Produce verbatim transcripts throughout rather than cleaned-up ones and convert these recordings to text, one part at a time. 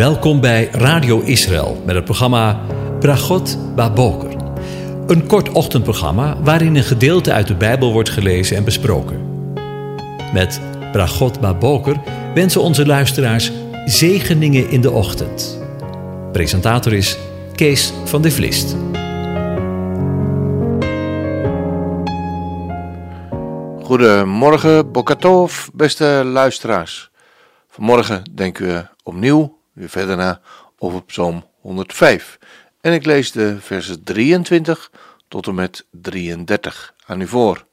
Welkom bij Radio Israël met het programma Brachot Baboker. Een kort ochtendprogramma waarin een gedeelte uit de Bijbel wordt gelezen en besproken. Met Brachot Baboker wensen onze luisteraars zegeningen in de ochtend. Presentator is Kees van de Vlist. Goedemorgen, Bokatov, beste luisteraars. Vanmorgen denken we opnieuw weer verder na over Psalm honderdvijf. En ik lees de versen drieëntwintig tot en met drieëndertig aan u voor.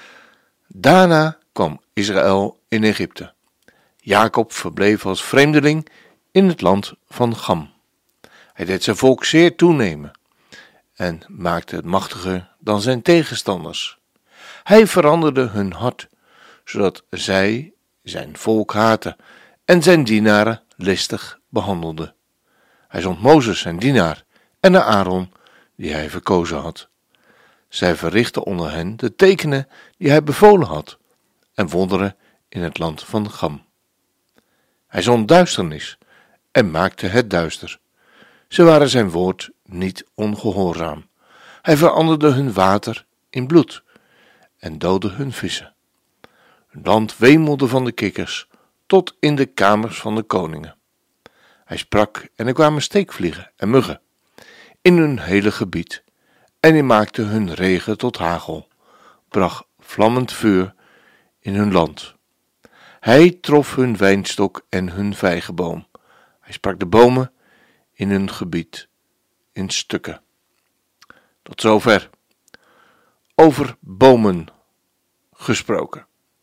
Daarna kwam Israël in Egypte. Jacob verbleef als vreemdeling in het land van Gam. Hij deed zijn volk zeer toenemen en maakte het machtiger dan zijn tegenstanders. Hij veranderde hun hart, zodat zij zijn volk haatten en zijn dienaren listig behandelden. Hij zond Mozes zijn dienaar en naar Aaron, die hij verkozen had. Zij verrichtten onder hen de tekenen die hij bevolen had en wonderen in het land van Gam. Hij zond duisternis en maakte het duister. Ze waren zijn woord niet ongehoorzaam. Hij veranderde hun water in bloed en doodde hun vissen. Hun land wemelde van de kikkers tot in de kamers van de koningen. Hij sprak en er kwamen steekvliegen en muggen in hun hele gebied en hij maakte hun regen tot hagel, bracht vlammend vuur in hun land. Hij trof hun wijnstok en hun vijgenboom. Hij sprak de bomen in hun gebied in stukken. Tot zover. Over bomen gesproken.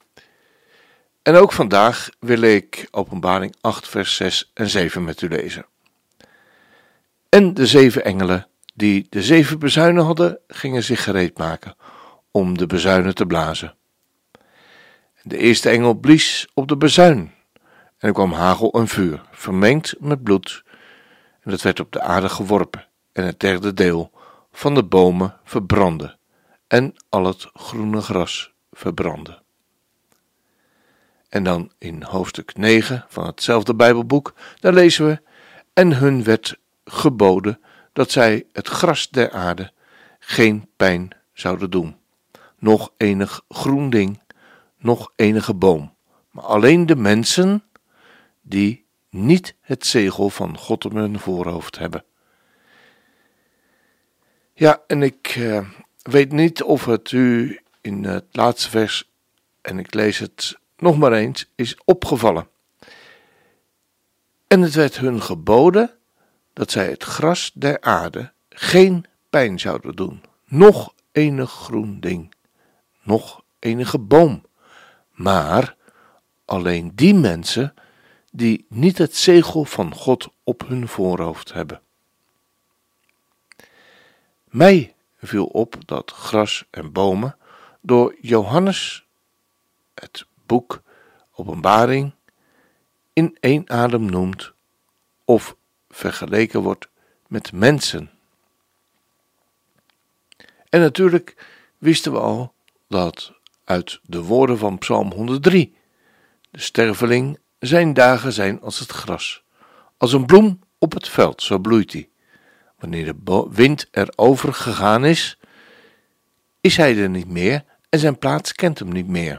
En ook vandaag wil ik Openbaring acht vers zes en zeven met u lezen. En de zeven engelen die de zeven bezuinen hadden, gingen zich gereed maken om de bezuinen te blazen. De eerste engel blies op de bezuin en er kwam hagel en vuur, vermengd met bloed, en dat werd op de aarde geworpen en het derde deel van de bomen verbrandde en al het groene gras verbrandde. En dan in hoofdstuk negen van hetzelfde Bijbelboek, daar lezen we: en hun werd geboden dat zij het gras der aarde geen pijn zouden doen, noch enig groen ding, noch enige boom, maar alleen de mensen die niet het zegel van God op hun voorhoofd hebben. Ja, en ik uh, weet niet of het u in het laatste vers, en ik lees het nog maar eens, is opgevallen. En het werd hun geboden dat zij het gras der aarde geen pijn zouden doen, noch enig groen ding, noch enige boom, maar alleen die mensen die niet het zegel van God op hun voorhoofd hebben. Mij viel op dat gras en bomen door Johannes, het boek Openbaring, in één adem noemt of vergeleken wordt met mensen. En natuurlijk wisten we al dat uit de woorden van Psalm honderddrie, de sterveling, zijn dagen zijn als het gras, als een bloem op het veld, zo bloeit hij. Wanneer de bo- wind erover gegaan is, is hij er niet meer en zijn plaats kent hem niet meer.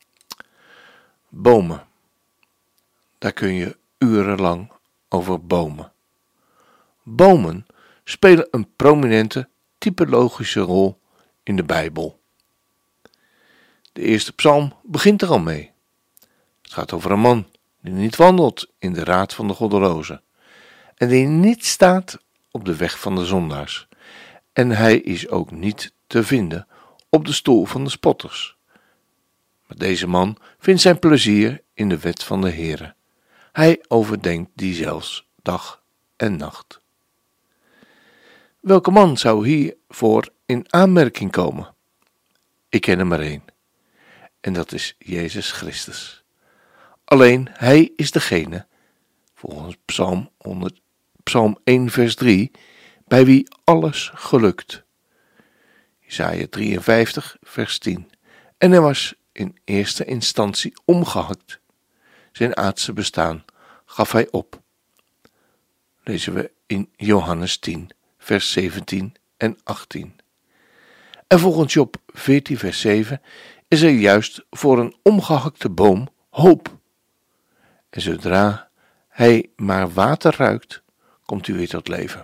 Bomen. Daar kun je urenlang over bomen. Bomen spelen een prominente, typologische rol in de Bijbel. De eerste psalm begint er al mee. Het gaat over een man die niet wandelt in de raad van de goddelozen en die niet staat op de weg van de zondaars. En hij is ook niet te vinden op de stoel van de spotters. Maar deze man vindt zijn plezier in de wet van de Heere. Hij overdenkt die zelfs dag en nacht. Welke man zou hiervoor in aanmerking komen? Ik ken er maar één. En dat is Jezus Christus. Alleen hij is degene, volgens Psalm, honderd, Psalm één vers drie, bij wie alles gelukt. Jesaja drieënvijftig vers tien. En hij was in eerste instantie omgehakt. Zijn aardse bestaan gaf hij op. lezen we in Johannes tien, vers zeventien en achttien. En volgens Job veertien, vers zeven is er juist voor een omgehakte boom hoop. En zodra hij maar water ruikt, komt hij weer tot leven.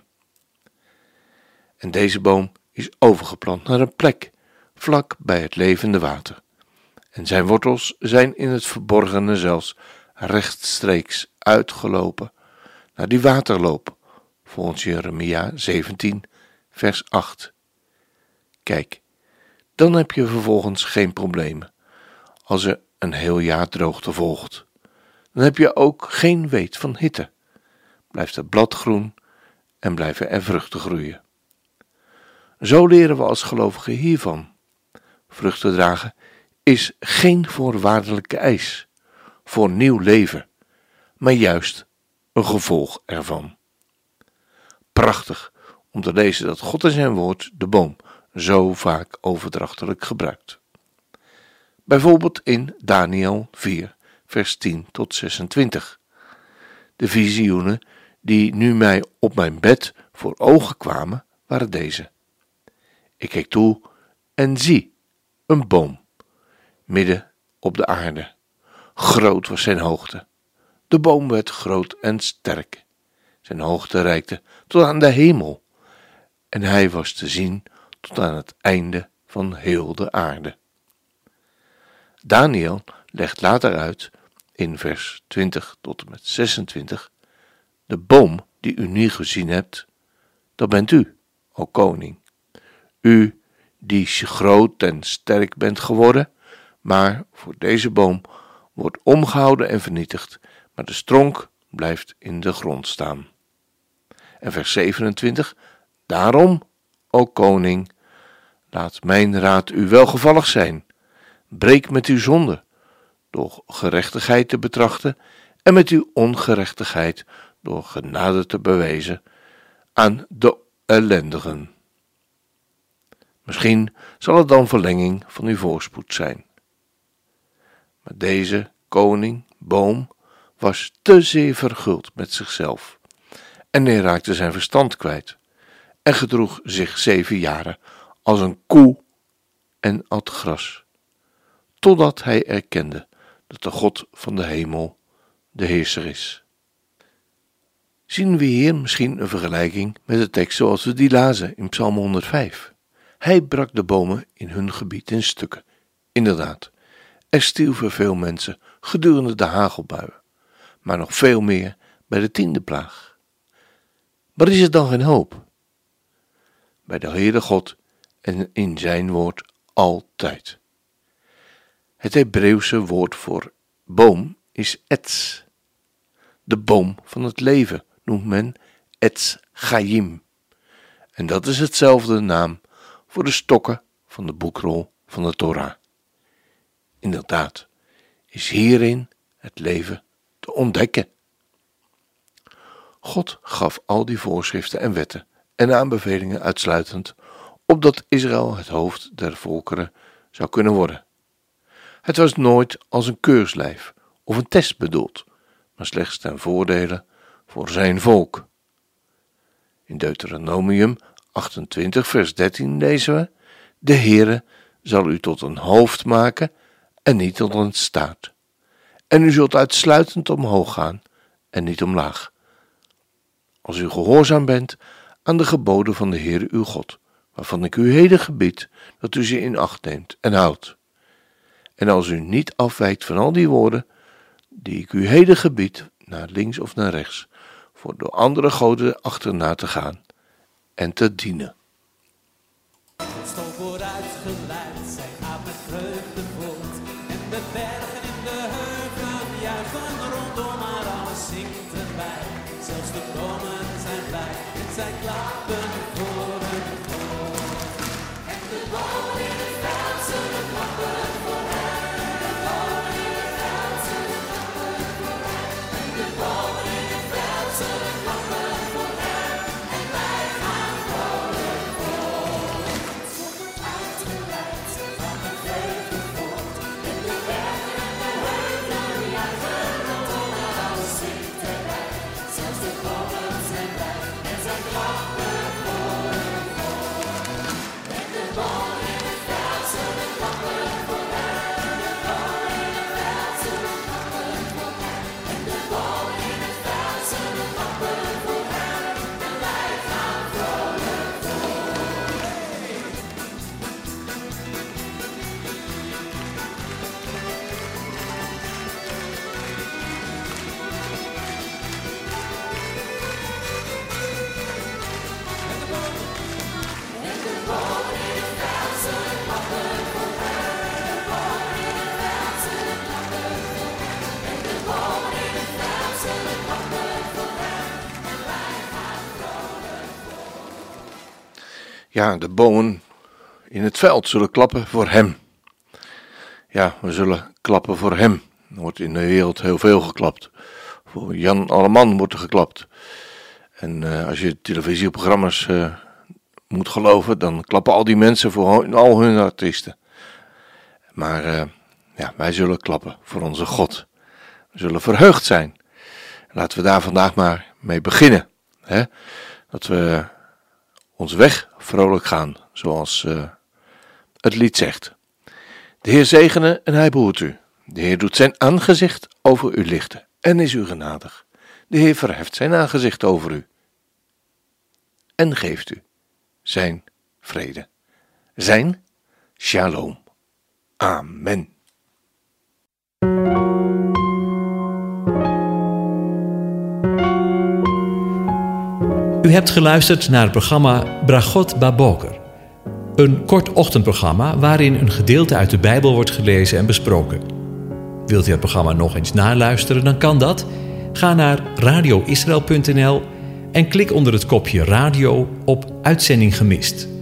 En deze boom is overgeplant naar een plek vlak bij het levende water. En zijn wortels zijn in het verborgene zelfs rechtstreeks uitgelopen naar die waterloop, volgens Jeremia zeventien, vers acht. Kijk, dan heb je vervolgens geen problemen als er een heel jaar droogte volgt. Dan heb je ook geen weet van hitte. Blijft het blad groen en blijven er vruchten groeien. Zo leren we als gelovigen hiervan. Vruchten dragen is geen voorwaardelijke eis voor nieuw leven, maar juist een gevolg ervan. Prachtig om te lezen dat God in zijn woord de boom zo vaak overdrachtelijk gebruikt. Bijvoorbeeld in Daniel vier, vers tien tot zesentwintig. De visioenen die nu mij op mijn bed voor ogen kwamen, waren deze. Ik keek toe en zie, een boom, midden op de aarde. Groot was zijn hoogte. De boom werd groot en sterk. Zijn hoogte reikte tot aan de hemel. En hij was te zien tot aan het einde van heel de aarde. Daniel legt later uit, in vers twintig tot en met zesentwintig, de boom die u nu gezien hebt, dat bent u, o koning. U die groot en sterk bent geworden, maar voor deze boom wordt omgehouden en vernietigd, maar de stronk blijft in de grond staan. En vers zevenentwintig, daarom, o koning, laat mijn raad u welgevallig zijn. Breek met uw zonde, door gerechtigheid te betrachten, en met uw ongerechtigheid, door genade te bewijzen aan de ellendigen. Misschien zal het dan verlenging van uw voorspoed zijn. Maar deze koning, boom, was te zeer verguld met zichzelf. En hij raakte zijn verstand kwijt. En gedroeg zich zeven jaren als een koe en at gras. Totdat hij erkende dat de God van de hemel de heerser is. Zien we hier misschien een vergelijking met de tekst zoals we die lazen in Psalm honderdvijf. Hij brak de bomen in hun gebied in stukken. Inderdaad, er stierven veel mensen gedurende de hagelbuien, maar nog veel meer bij de tiende plaag. Maar is er dan geen hoop? Bij de Heere God en in zijn woord altijd. Het Hebreeuwse woord voor boom is etz. De boom van het leven noemt men etz chaim. En dat is hetzelfde naam voor de stokken van de boekrol van de Torah. Inderdaad, is hierin het leven te ontdekken. God gaf al die voorschriften en wetten en aanbevelingen uitsluitend, opdat Israël het hoofd der volkeren zou kunnen worden. Het was nooit als een keurslijf of een test bedoeld, maar slechts ten voordele voor zijn volk. In Deuteronomium achtentwintig vers dertien lezen we: de Heere zal u tot een hoofd maken en niet tot een staart. En u zult uitsluitend omhoog gaan en niet omlaag, als u gehoorzaam bent aan de geboden van de Heere uw God, waarvan ik u heden gebied dat u ze in acht neemt en houdt. En als u niet afwijkt van al die woorden die ik u heden gebied, naar links of naar rechts, voor door andere goden achterna te gaan en te dienen. Het stof wordt uitgeleid, zij gaat met vreugde voort. En de bergen en de heuvelen juichen rondom haar, alles zingt erbij. Zelfs de bomen zijn blij en zij klappen voor hun God. En de bomen in het veld zullen klappen voor hem. De bomen in het veld zullen klappen voor hem. En de bomen in het veld zullen klappen voor hem. En wij gaan vrolijk voort. Het stof wordt uitgeleid, zij gaat met vreugde voort. En de bergen en de heuvelen juichen rondom haar, alles zingt erbij. Zelfs de bomen zijn Ja, de bomen in het veld zullen klappen voor hem. Ja, we zullen klappen voor hem. Er wordt in de wereld heel veel geklapt. Voor Jan Alleman wordt er geklapt. En uh, als je televisieprogramma's uh, moet geloven, dan klappen al die mensen voor al hun artiesten. Maar uh, ja, wij zullen klappen voor onze God. We zullen verheugd zijn. Laten we daar vandaag maar mee beginnen. Hè? Dat we ons weg vrolijk gaan, zoals uh, het lied zegt. De Heer zegene en hij behoedt u. De Heer doet zijn aangezicht over u lichten en is u genadig. De Heer verheft zijn aangezicht over u en geeft u zijn vrede. Zijn shalom. Amen. U hebt geluisterd naar het programma Bragot Baboker. Een kort ochtendprogramma waarin een gedeelte uit de Bijbel wordt gelezen en besproken. Wilt u het programma nog eens naluisteren, dan kan dat. Ga naar radio israël punt n l en klik onder het kopje radio op Uitzending gemist.